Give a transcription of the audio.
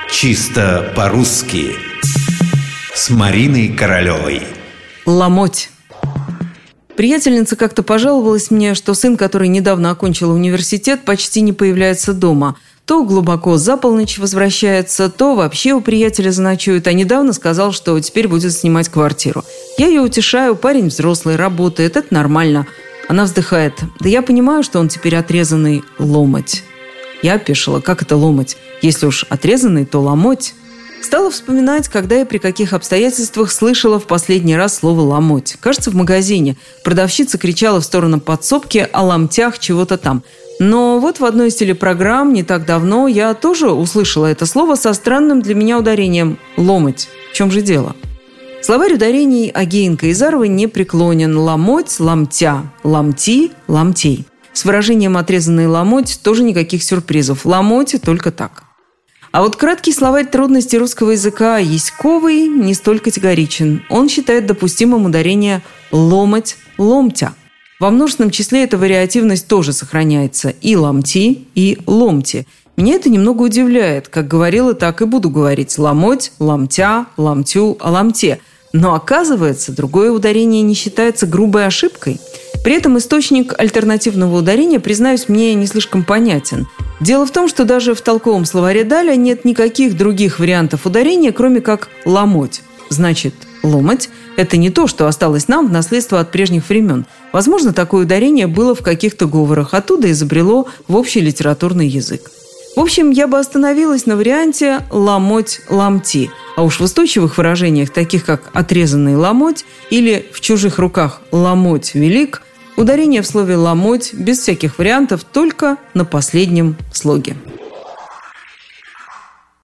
Чисто по-русски с Мариной Королевой. Ломоть. Приятельница как-то пожаловалась мне, что сын, который недавно окончил университет, почти не появляется дома. То глубоко за полночь возвращается, то вообще у приятеля заночует, а недавно сказал, что теперь будет снимать квартиру. Я ее утешаю, парень взрослый, работает, это нормально. Она вздыхает. Да я понимаю, что он теперь отрезанный ломоть. Я опешила, как это ломоть? Если уж отрезанный, то ломоть. Стала вспоминать, когда и при каких обстоятельствах слышала в последний раз слово «ломоть». Кажется, в магазине. Продавщица кричала в сторону подсобки о ломтях чего-то там. Но вот в одной из телепрограмм не так давно я тоже услышала это слово со странным для меня ударением «ломоть». В чем же дело? Словарь ударений Агеенко и Заровой не преклонен. Ломоть, ломтя, ломти, ломтей. С выражением «отрезанный ломоть» тоже никаких сюрпризов. Ломоть только так. А вот краткий словарь трудностей русского языка Яськовый не столь категоричен. Он считает допустимым ударение «ломоть», «ломтя». Во множественном числе эта вариативность тоже сохраняется. И «ломти», и «ломти». Меня это немного удивляет. Как говорила, так и буду говорить. Ломоть, ломтя, ломтю, о ломте. Но оказывается, другое ударение не считается грубой ошибкой. При этом источник альтернативного ударения, признаюсь, мне не слишком понятен. Дело в том, что даже в толковом словаре Даля нет никаких других вариантов ударения, кроме как «ломоть». Значит, «ломоть» – это не то, что осталось нам в наследство от прежних времен. Возможно, такое ударение было в каких-то говорах, оттуда изобрело в общий литературный язык. В общем, я бы остановилась на варианте «ломоть, ломти». А уж в устойчивых выражениях, таких как «отрезанный ломоть» или «в чужих руках ломоть велик», ударение в слове «ломоть» без всяких вариантов только на последнем слоге.